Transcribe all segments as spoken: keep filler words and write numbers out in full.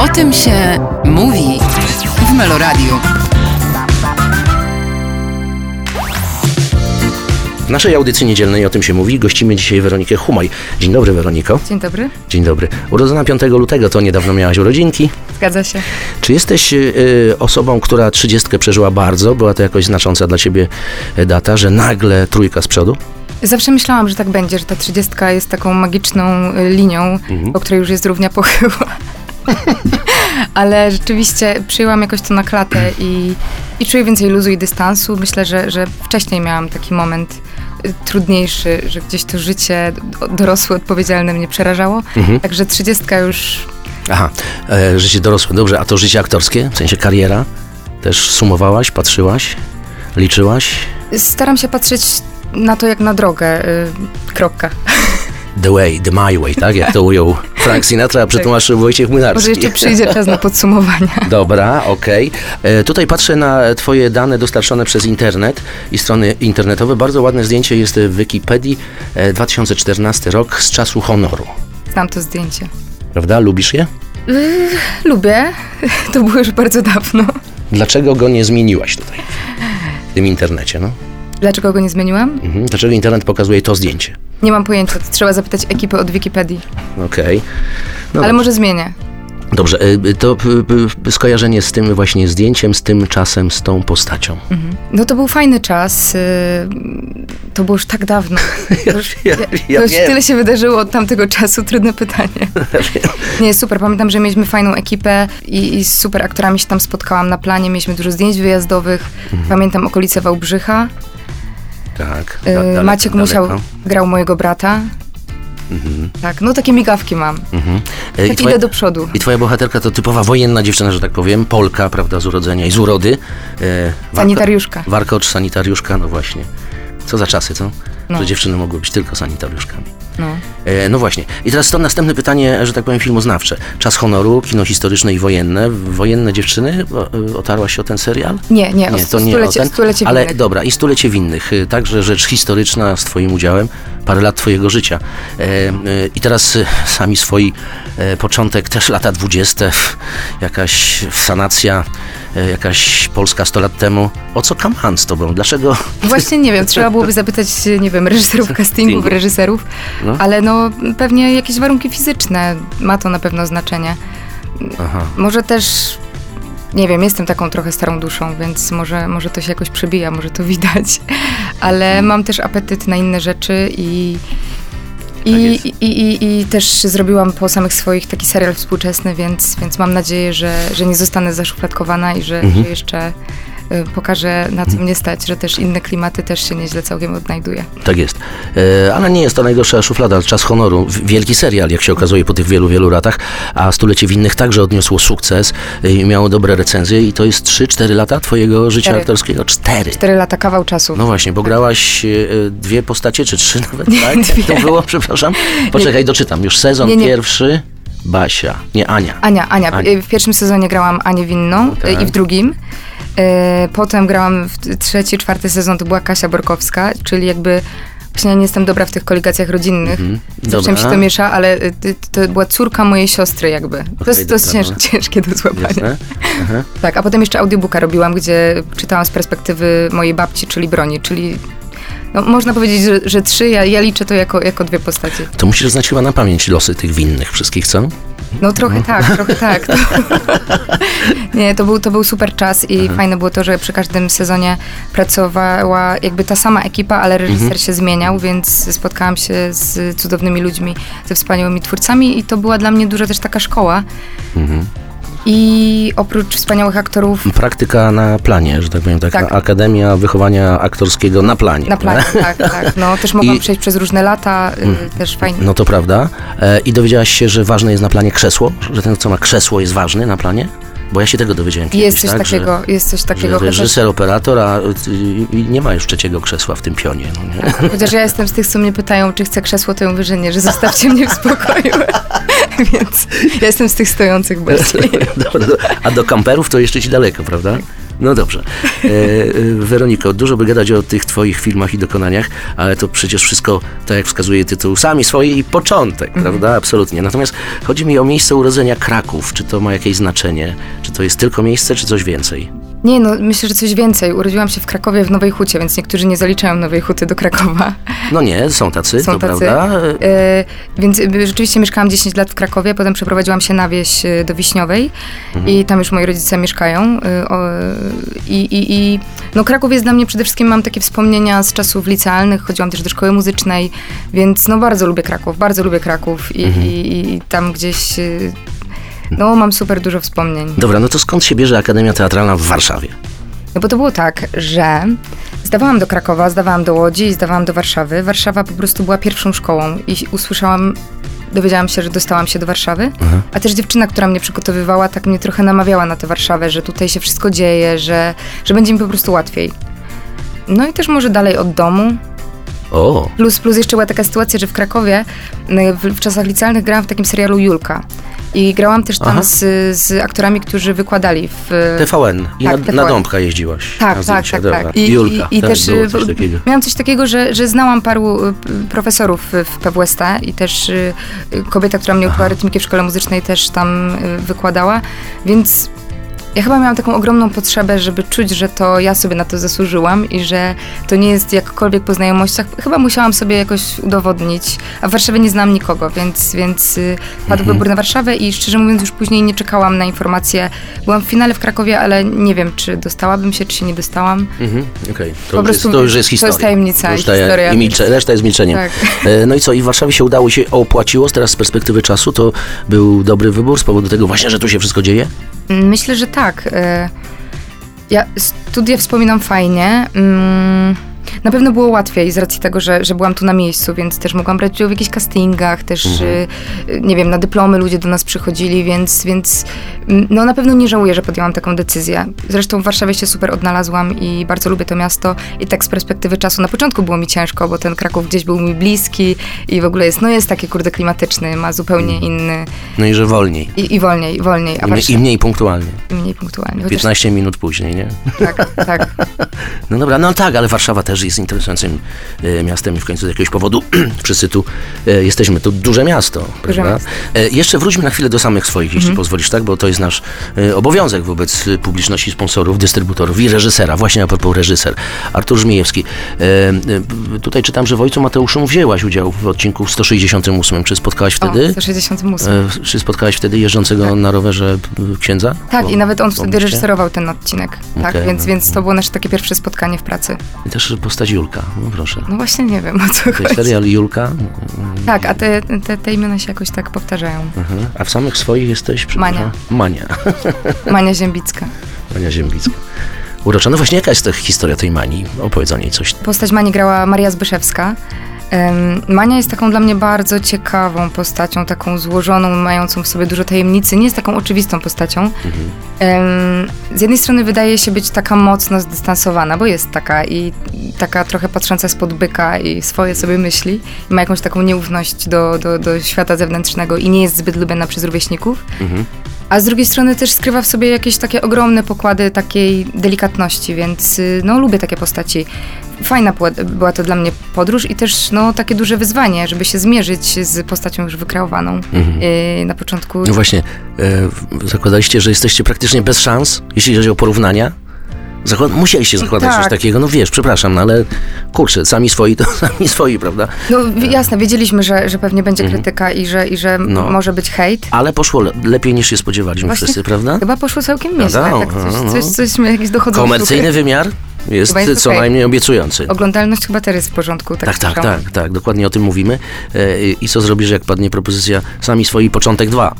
O tym się mówi w Meloradiu. W naszej audycji niedzielnej O tym się mówi gościmy dzisiaj Weronikę Humaj. Dzień dobry, Weroniko. Dzień dobry. Dzień dobry. Urodzona piątego lutego, to niedawno miałaś urodzinki. Zgadza się. Czy jesteś y, osobą, która trzydziestkę przeżyła bardzo? Była to jakoś znacząca dla ciebie data, że nagle trójka z przodu? Zawsze myślałam, że tak będzie, że ta trzydziestka jest taką magiczną linią, mhm. po której już jest równia pochyła. Ale rzeczywiście przyjęłam jakoś to na klatę i, i czuję więcej luzu i dystansu. Myślę, że, że wcześniej miałam taki moment trudniejszy, że gdzieś to życie dorosłe, odpowiedzialne mnie przerażało. Mhm. Także trzydziestka już... Aha, e, życie dorosłe, dobrze. A to życie aktorskie? W sensie kariera? Też sumowałaś, patrzyłaś, liczyłaś? Staram się patrzeć na to jak na drogę. Y, kropka. The way, the my way, tak? Jak to ujął Frank Sinatra, a przetłumaczył Wojciech Młynarski. Może jeszcze przyjdzie czas na podsumowania. Dobra, okej. Okay. Tutaj patrzę na twoje dane dostarczone przez internet i strony internetowe. Bardzo ładne zdjęcie jest w Wikipedii. dwa tysiące czternasty rok z czasu honoru. Znam to zdjęcie. Prawda? Lubisz je? Yy, lubię. To było już bardzo dawno. Dlaczego go nie zmieniłaś tutaj? W tym internecie, no? Dlaczego go nie zmieniłam? Mhm. Dlaczego internet pokazuje to zdjęcie? Nie mam pojęcia, to trzeba zapytać ekipy od Wikipedii. Okej. Okay. No ale dobrze. Może zmienię. Dobrze, to p- p- skojarzenie z tym właśnie zdjęciem, z tym czasem, z tą postacią. Mhm. No to był fajny czas. To było już tak dawno. ja, już, ja, ja to już tyle się wydarzyło od tamtego czasu, trudne pytanie. Nie, super. Pamiętam, że mieliśmy fajną ekipę i, i z super aktorami się tam spotkałam na planie. Mieliśmy dużo zdjęć wyjazdowych. Mhm. Pamiętam okolice Wałbrzycha. Tak. Da, daleko, Maciek Musiał daleko. Grał mojego brata. Mhm. Tak, no takie migawki mam. Mhm. Tak I twoja, idę do przodu. I twoja bohaterka to typowa wojenna dziewczyna, że tak powiem, Polka, prawda, z urodzenia i z urody. E, sanitariuszka. Warkocz, sanitariuszka, no właśnie. Co za czasy, co? No. Że dziewczyny mogły być tylko sanitariuszkami. No. E, no właśnie. I teraz to następne pytanie, że tak powiem, filmoznawcze. Czas honoru, kino historyczne i wojenne. Wojenne dziewczyny? Otarłaś się o ten serial? Nie, nie, nie o to nie stulecie, o ten. Stulecie Ale winnych. Dobra, i Stulecie winnych. Także rzecz historyczna z twoim udziałem. Parę lat twojego życia. E, e, I teraz e, sami swoi e, początek, też lata dwudzieste. Jakaś sanacja, e, jakaś Polska sto lat temu. O co kaman z tobą? Dlaczego? Właśnie nie wiem. Trzeba byłoby zapytać, nie wiem, reżyserów castingów, reżyserów. No. Ale no pewnie jakieś warunki fizyczne. Ma to na pewno znaczenie. Aha. Może też... Nie wiem, jestem taką trochę starą duszą, więc może, może to się jakoś przebija, może to widać, ale mam też apetyt na inne rzeczy i, i, i, i, i, i też zrobiłam po samych swoich taki serial współczesny, więc, więc mam nadzieję, że, że nie zostanę zaszufladkowana i że, mhm. że jeszcze pokażę, na co mnie stać, że też inne klimaty też się nieźle całkiem odnajduje. Tak jest. E, ale nie jest to najgorsza szuflada. Czas honoru. Wielki serial, jak się okazuje po tych wielu, wielu latach, a Stulecie winnych także odniosło sukces i miało dobre recenzje i to jest trzy cztery lata twojego życia cztery. aktorskiego? cztery. cztery lata, kawał czasu. No właśnie, bo grałaś e, dwie postacie, czy trzy nawet, tak? Dwie. To było, przepraszam. Poczekaj, nie. doczytam. Już sezon nie, nie. pierwszy. Basia. Nie, Ania. Ania, Ania. Ania. W pierwszym sezonie grałam Anię Winną okay. i w drugim. Potem grałam w trzeci, czwarty sezon, to była Kasia Borkowska, czyli jakby właśnie ja nie jestem dobra w tych kolegacjach rodzinnych. Mm-hmm. Zawsze mi się to miesza, ale to była córka mojej siostry jakby. Okay, to jest, to jest cięż, ciężkie do złapania. Tak, a potem jeszcze audiobooka robiłam, gdzie czytałam z perspektywy mojej babci, czyli Broni, czyli no, można powiedzieć, że, że trzy, ja, ja liczę to jako, jako dwie postacie. To musisz znać chyba na pamięć losy tych winnych wszystkich, co? No trochę tak, trochę tak. To... Nie, to był, to był super czas i Aha. fajne było to, że przy każdym sezonie pracowała jakby ta sama ekipa, ale reżyser mhm. się zmieniał, więc spotkałam się z cudownymi ludźmi, ze wspaniałymi twórcami i to była dla mnie duża też taka szkoła. Mhm. I oprócz wspaniałych aktorów... Praktyka na planie, że tak powiem, taka tak. Akademia Wychowania Aktorskiego na planie. Na planie, tak, tak. No, też mogłam I... przejść przez różne lata, mm. y, też fajnie. No to prawda. E, I dowiedziałaś się, że ważne jest na planie krzesło? Że ten, co ma krzesło, jest ważny na planie? Bo ja się tego dowiedziałem kiedyś, jest coś tak? takiego, że, jest coś takiego. Że reżyser, chociaż... operator, a y, nie ma już trzeciego krzesła w tym pionie. No nie? Chociaż ja jestem z tych, co mnie pytają, czy chcę krzesło, to ja mówię, że nie, że zostawcie mnie w spokoju. Więc ja jestem z tych stojących bardziej. Dobra, a do kamperów to jeszcze ci daleko, prawda? No dobrze. E, Weroniko, dużo by gadać o tych twoich filmach i dokonaniach, ale to przecież wszystko, tak jak wskazuje tytuł, sami swoje i początek, mm-hmm. prawda? Absolutnie. Natomiast chodzi mi o miejsce urodzenia Kraków. Czy to ma jakieś znaczenie? Czy to jest tylko miejsce, czy coś więcej? Nie, no myślę, że coś więcej. Urodziłam się w Krakowie, w Nowej Hucie, więc niektórzy nie zaliczają Nowej Huty do Krakowa. No nie, są tacy, są to tacy. prawda. E, więc rzeczywiście mieszkałam dziesięć lat w Krakowie, potem przeprowadziłam się na wieś do Wiśniowej mhm. i tam już moi rodzice mieszkają. I, i, i no Kraków jest dla mnie przede wszystkim, mam takie wspomnienia z czasów licealnych, chodziłam też do szkoły muzycznej, więc no bardzo lubię Kraków, bardzo lubię Kraków i, mhm. i, i tam gdzieś... No, mam super dużo wspomnień. Dobra, no to skąd się bierze Akademia Teatralna w Warszawie? No bo to było tak, że zdawałam do Krakowa, zdawałam do Łodzi i zdawałam do Warszawy. Warszawa po prostu była pierwszą szkołą i usłyszałam, dowiedziałam się, że dostałam się do Warszawy, Aha. a też dziewczyna, która mnie przygotowywała, tak mnie trochę namawiała na tę Warszawę, że tutaj się wszystko dzieje, że, że będzie mi po prostu łatwiej. No i też może dalej od domu. O. Plus, plus jeszcze była taka sytuacja, że w Krakowie w, w czasach licealnych grałam w takim serialu Julka. I grałam też tam z, z aktorami, którzy wykładali w... T V N. I tak, na, T V N. Na Dąbka jeździłaś. Tak, tak, tak, tak, tak. I, Julka. I, i tak, też coś takiego. Miałam coś takiego, że, że znałam paru profesorów w P W S T i też kobieta, która mnie uczyła rytmiki w szkole muzycznej, też tam wykładała, więc... Ja chyba miałam taką ogromną potrzebę, żeby czuć, że to ja sobie na to zasłużyłam i że to nie jest jakkolwiek po znajomościach. Chyba musiałam sobie jakoś udowodnić, a w Warszawie nie znam nikogo, więc, więc padł mhm. wybór na Warszawę i szczerze mówiąc już później nie czekałam na informacje. Byłam w finale w Krakowie, ale nie wiem, czy dostałabym się, czy się nie dostałam. Mhm. Okej, okay. to, to już jest historia. To jest tajemnica to i historia. I milcze, reszta jest milczeniem. Tak. No i co, i w Warszawie się udało, się opłaciło teraz z perspektywy czasu? To był dobry wybór z powodu tego właśnie, że tu się wszystko dzieje? Myślę, że tak. Ja studia wspominam fajnie. Na pewno było łatwiej z racji tego, że, że byłam tu na miejscu, więc też mogłam brać udział w jakichś castingach, też, mhm. nie wiem, na dyplomy ludzie do nas przychodzili, więc, więc no na pewno nie żałuję, że podjęłam taką decyzję. Zresztą w Warszawie się super odnalazłam i bardzo lubię to miasto i tak z perspektywy czasu, na początku było mi ciężko, bo ten Kraków gdzieś był mi bliski i w ogóle jest, no jest taki kurde klimatyczny, ma zupełnie mhm. inny... No i że wolniej. I, i wolniej, wolniej. A I, Warszawa... I mniej punktualnie. I mniej punktualnie. Chociaż... piętnaście minut później, nie? Tak, tak. No dobra, no tak, ale Warszawa też jest interesującym e, miastem i w końcu z jakiegoś powodu wszyscy tu e, jesteśmy. To duże miasto, duże prawda? Miasto. E, jeszcze wróćmy na chwilę do samych swoich, jeśli mm-hmm. pozwolisz, tak? Bo to jest nasz e, obowiązek wobec publiczności, sponsorów, dystrybutorów i reżysera. Właśnie a propos reżyser. Artur Żmijewski. E, e, tutaj czytam, że w Ojcu Mateuszu wzięłaś udział w odcinku sto sześćdziesiątym ósmym. Czy spotkałaś wtedy? O, sto sześćdziesiątym ósmym. E, czy spotkałaś wtedy jeżdżącego tak. na rowerze księdza? Tak, bo, i nawet on wtedy reżyserował ten odcinek. Tak, okay, więc, no. więc to było nasze takie pierwsze spotkanie w pracy. I też postać Julka, no proszę. No właśnie nie wiem, o co to chodzi. Serial Julka? Tak, a te, te, te imiona się jakoś tak powtarzają. Aha. A w samych swoich jesteś? Mania. Mania. Mania Ziębicka. Mania Ziębicka. Urocza. No właśnie, jaka jest ta historia tej Mani? Opowiedz o niej coś. Postać Mani grała Maria Zbyszewska. Um, Mania jest taką dla mnie bardzo ciekawą postacią, taką złożoną, mającą w sobie dużo tajemnicy. Nie jest taką oczywistą postacią. Mhm. Um, z jednej strony wydaje się być taka mocno zdystansowana, bo jest taka i taka trochę patrząca spod byka i swoje sobie myśli. I ma jakąś taką nieufność do, do, do świata zewnętrznego i nie jest zbyt lubiana przez rówieśników. Mhm. A z drugiej strony też skrywa w sobie jakieś takie ogromne pokłady takiej delikatności, więc no lubię takie postaci. Fajna była, była to dla mnie podróż i też no, takie duże wyzwanie, żeby się zmierzyć z postacią już wykreowaną mhm. yy, na początku. No właśnie, e, zakładaliście, że jesteście praktycznie bez szans, jeśli chodzi o porównania? Zakład- musieliście zakładać tak. coś takiego, no wiesz, przepraszam, no ale kurczę, sami swoi to sami swoi, prawda? No jasne, wiedzieliśmy, że, że pewnie będzie mhm. krytyka i że, i że no. może być hejt. Ale poszło le- lepiej niż się spodziewaliśmy Właśnie wszyscy, prawda? Chyba poszło całkiem nieźle, no, tak, coś, no. coś, coś, coś jakieś dochodzą. Komercyjny wymiar jest, jest co okay. najmniej obiecujący. Oglądalność chyba też jest w porządku. Tak, tak, tak, tak, tak, dokładnie o tym mówimy. E, I co zrobisz, jak padnie propozycja sami swoi początek dwa?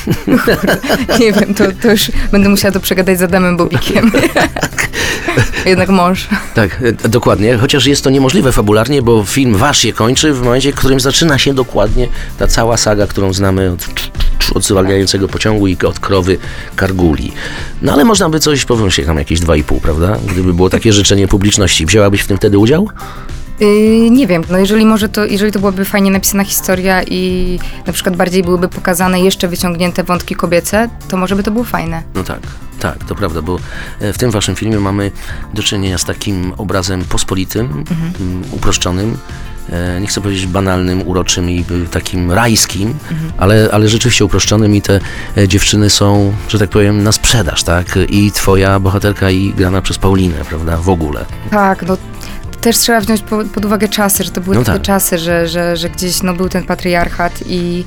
Nie wiem, to, to już będę musiała to przegadać z Adamem Bobikiem. Jednak mąż. Tak, dokładnie. Chociaż jest to niemożliwe fabularnie, bo film wasz się kończy w momencie, w którym zaczyna się dokładnie ta cała saga, którą znamy od, od zwalniającego pociągu i od krowy Karguli. No ale można by coś, powiem się tam jakieś dwa i pół, prawda? Gdyby było takie życzenie publiczności. Wzięłabyś w tym wtedy udział? Yy, nie wiem, no jeżeli może to, jeżeli to byłaby fajnie napisana historia i na przykład bardziej byłyby pokazane jeszcze wyciągnięte wątki kobiece, to może by to było fajne. No tak. Tak, to prawda, bo w tym waszym filmie mamy do czynienia z takim obrazem pospolitym, mhm. uproszczonym, nie chcę powiedzieć banalnym, uroczym i takim rajskim, mhm. ale, ale rzeczywiście uproszczonym i te dziewczyny są, że tak powiem, na sprzedaż, tak? I twoja bohaterka i grana przez Paulinę, prawda? W ogóle. Tak, no też trzeba wziąć pod, pod uwagę czasy, że to były no takie tak. czasy, że, że, że gdzieś no, był ten patriarchat i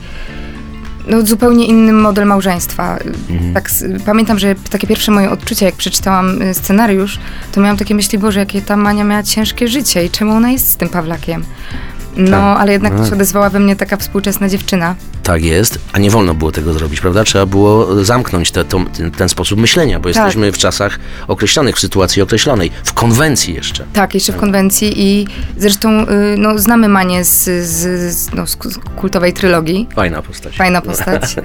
no, zupełnie inny model małżeństwa. Mhm. Tak, pamiętam, że takie pierwsze moje odczucia, jak przeczytałam scenariusz, to miałam takie myśli, Boże, jakie ta Mania miała ciężkie życie i czemu ona jest z tym Pawlakiem. No, tak. ale jednak no. się odezwała we mnie taka współczesna dziewczyna. Tak jest, a nie wolno było tego zrobić, prawda? Trzeba było zamknąć te, to, ten, ten sposób myślenia, bo tak. jesteśmy w czasach określonych, w sytuacji określonej, w konwencji jeszcze. Tak, jeszcze w konwencji i zresztą no, znamy Manię z, z, no, z kultowej trylogii. Fajna postać. Fajna postać.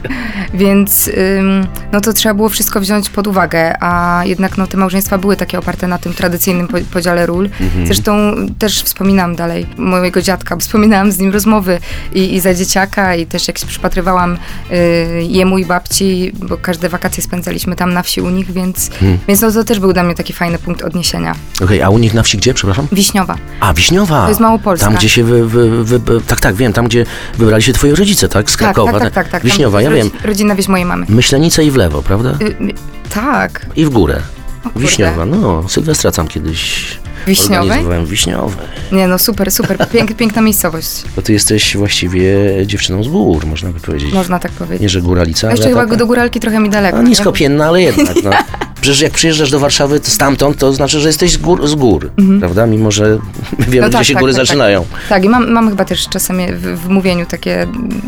Więc no, to trzeba było wszystko wziąć pod uwagę, a jednak no, te małżeństwa były takie oparte na tym tradycyjnym podziale ról. Mhm. Zresztą też wspominam dalej mojego dziadka, wspominałam z nim rozmowy i, i za dzieciaka i też jak się przypatrywałam y, jemu i babci, bo każde wakacje spędzaliśmy tam na wsi u nich, więc, hmm. więc no, to też był dla mnie taki fajny punkt odniesienia. Okej, okay, a u nich na wsi gdzie, przepraszam? Wiśniowa. A, Wiśniowa. To jest Małopolska. Tam, gdzie się wy, wy, wy, wy, tak, tak, wiem, tam, gdzie wybrali się twoi rodzice, tak? Z Krakowa. Tak, tak, tak. tak, tak. Wiśniowa, ja wiem. Rodzina wieś mojej mamy. Myślenice i w lewo, prawda? Y, tak. I w górę. Wiśniowa, no, Sylwestra tam kiedyś Wiśniowej? organizowałem Wiśniowe. Nie no, super, super, Pięk, piękna miejscowość. Bo ty jesteś właściwie dziewczyną z gór, można by powiedzieć. Można tak powiedzieć. Nie, że góralica, ale jeszcze chyba taka... do góralki trochę mi daleko. No, niskopienna, ale jednak, no. Przecież jak przyjeżdżasz do Warszawy stamtąd, to znaczy, że jesteś z gór, z gór mhm. prawda? Mimo, że wiemy, no tak, gdzie się tak, góry tak, zaczynają. Tak, tak. i mam, mam chyba też czasami w, w mówieniu takie...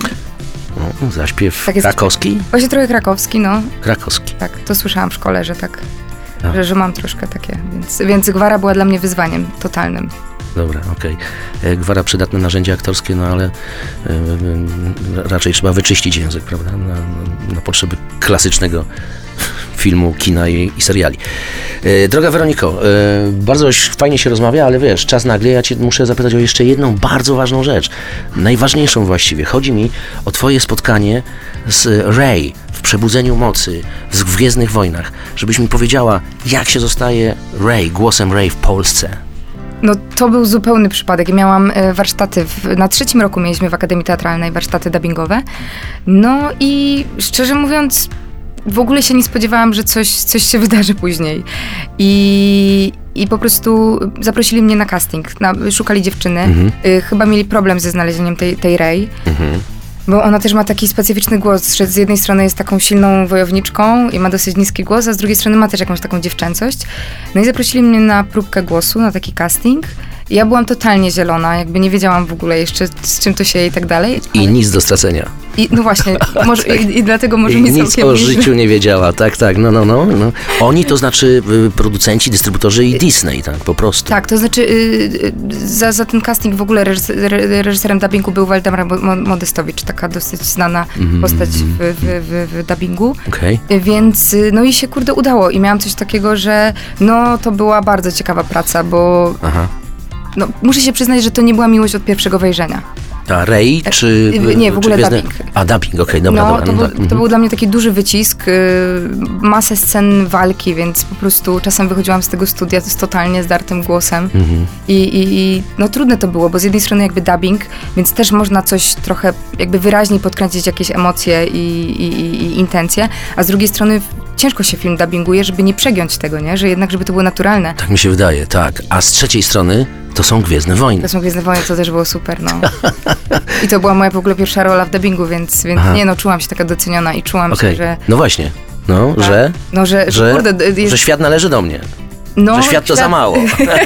No, zaśpiew takie krakowski? Właśnie trochę krakowski, no. Krakowski. Tak, to słyszałam w szkole, że tak... Że, że mam troszkę takie, więc, więc gwara była dla mnie wyzwaniem totalnym. Dobra, okej. Okay. Gwara przydatne narzędzie aktorskie, no ale y, y, raczej trzeba wyczyścić język, prawda? Na, na, na potrzeby klasycznego filmu, kina i, i seriali. Y, droga Weroniko, y, bardzo fajnie się rozmawia, ale wiesz, czas nagle, ja cię muszę zapytać o jeszcze jedną bardzo ważną rzecz. Najważniejszą właściwie. Chodzi mi o twoje spotkanie z Rey w Przebudzeniu Mocy, w Gwiezdnych Wojnach. Żebyś mi powiedziała, jak się zostaje Rey, głosem Rey w Polsce. No to był zupełny przypadek. Miałam warsztaty, w, na trzecim roku mieliśmy w Akademii Teatralnej warsztaty dubbingowe. No i szczerze mówiąc, w ogóle się nie spodziewałam, że coś, coś się wydarzy później. I, i po prostu zaprosili mnie na casting. Na, szukali dziewczyny. Mhm. Y, chyba mieli problem ze znalezieniem tej, tej Rey. Mhm. Bo ona też ma taki specyficzny głos, że z jednej strony jest taką silną wojowniczką i ma dosyć niski głos, a z drugiej strony ma też jakąś taką dziewczęcość. No i zaprosili mnie na próbkę głosu, na taki casting. I ja byłam totalnie zielona, jakby nie wiedziałam w ogóle jeszcze z czym to się i tak dalej. I ale... nic do stracenia. I, no właśnie, może, tak. i, i dlatego może I mi nic o życiu nie wiedziała, tak, tak, no, no, no, no. Oni to znaczy y, producenci, dystrybutorzy i Disney, tak, po prostu. Tak, to znaczy y, y, za, za ten casting w ogóle reżyser, reżyserem dubbingu był Waldemar Modestowicz, taka dosyć znana mm, postać w, w, w, w dubbingu. Okay. Więc, no i się kurde udało i miałam coś takiego, że no to była bardzo ciekawa praca, bo Aha. no muszę się przyznać, że to nie była miłość od pierwszego wejrzenia. A Rey, czy... Nie, w ogóle gwiezdne... dubbing. A, dubbing, okej, okay, dobra, no, dobra. To, był, to mhm. był dla mnie taki duży wycisk, yy, masę scen walki, więc po prostu czasem wychodziłam z tego studia z totalnie zdartym głosem. Mhm. I, i, I no trudne to było, bo z jednej strony jakby dubbing, więc też można coś trochę jakby wyraźniej podkręcić jakieś emocje i, i, i intencje, a z drugiej strony ciężko się film dubbinguje, żeby nie przegiąć tego, nie? Że jednak, żeby to było naturalne. Tak mi się wydaje, tak. A z trzeciej strony to są Gwiezdne Wojny. To są Gwiezdne Wojny, to też było super, no. I to była moja w ogóle pierwsza rola w dubbingu, więc, więc nie no, czułam się taka doceniona i czułam okay. się, że... No właśnie, no, tak. że... No, że, że, że, kurde, jest... że świat należy do mnie. No, że świat to świat... za mało.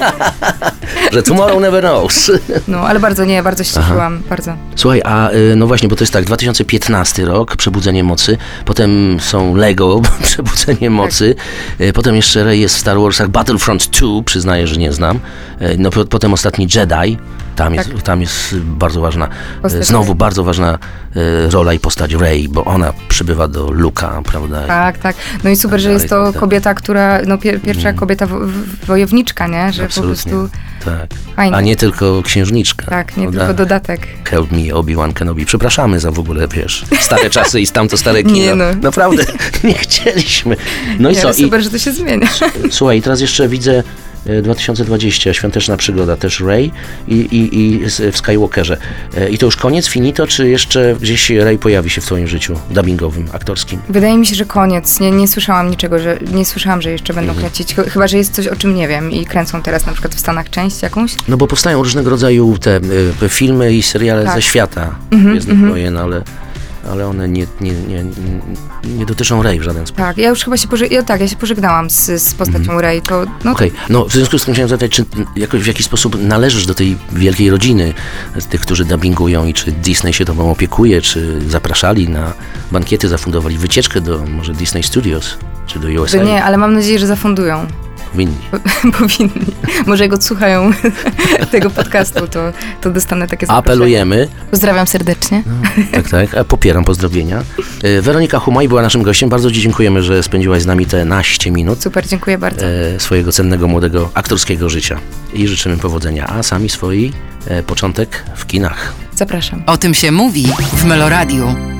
Że tomorrow never knows. No, ale bardzo nie, bardzo się cieszyłam, bardzo. Słuchaj, a no właśnie, bo to jest tak, dwa tysiące piętnasty rok, Przebudzenie Mocy, potem są Lego, Przebudzenie Mocy, tak. Potem jeszcze jest w Star Warsach Battlefront dwa, przyznaję, że nie znam, no potem ostatni Jedi, Tam jest, Tak. tam jest bardzo ważna, Postać znowu Rey. bardzo ważna e, rola i postać Rey, bo ona przybywa do Luke'a, prawda? Tak, tak. No i super, że dalej, jest to tak, tak. kobieta, która, no pier, pierwsza kobieta wo, w- wojowniczka, nie? Że Absolutnie, po prostu, tak. fajnie. A nie tylko księżniczka. tak, nie prawda? tylko dodatek. Help me, Obi-Wan Kenobi. Przepraszamy za w ogóle, wiesz, stare czasy i tamto stare kino. Nie no. Naprawdę, nie chcieliśmy. No i Nie, co? ale super, że to się zmienia. I, słuchaj, i teraz jeszcze widzę e, dwa tysiące dwudziesty, Świąteczna Przygoda, też Rey i, i, i z- w Skywalkerze. E, I to już koniec, finito, czy jeszcze gdzieś Rey pojawi się w twoim życiu dubbingowym, aktorskim? Wydaje mi się, że koniec. Nie, nie słyszałam niczego, że nie słyszałam, że jeszcze będą Mhm. kręcić. Ch- Chyba, że jest coś, o czym nie wiem i kręcą teraz na przykład w Stanach część jakąś. No bo powstają różnego rodzaju te e, filmy i seriale Tak. ze świata Mhm, Gwiezdnych mhm. Wojen, ale, ale one nie, nie, nie, nie dotyczą Rey w żaden sposób. Tak, ja już chyba się, pożeg- ja, tak, ja się pożegnałam z, z postacią Rey. To, no, Okej, no w związku z tym chciałem zapytać, czy jakoś w jakiś sposób należysz do tej wielkiej rodziny z tych, którzy dubbingują i czy Disney się tobą opiekuje, czy zapraszali na bankiety, zafundowali wycieczkę do może Disney Studios, czy do U S A? to nie, ale mam nadzieję, że zafundują. Winni. Powinni. Może jak odsłuchają tego podcastu, to, to dostanę takie zaproszenie. Apelujemy, Pozdrawiam serdecznie. tak, tak, a popieram pozdrowienia. E, Weronika Humaj była naszym gościem, bardzo ci dziękujemy, że spędziłaś z nami te naście minut Super, dziękuję bardzo. e, swojego cennego, młodego aktorskiego życia i życzymy powodzenia, a sami swoi e, początek w kinach. Zapraszam. O tym się mówi w Meloradiu.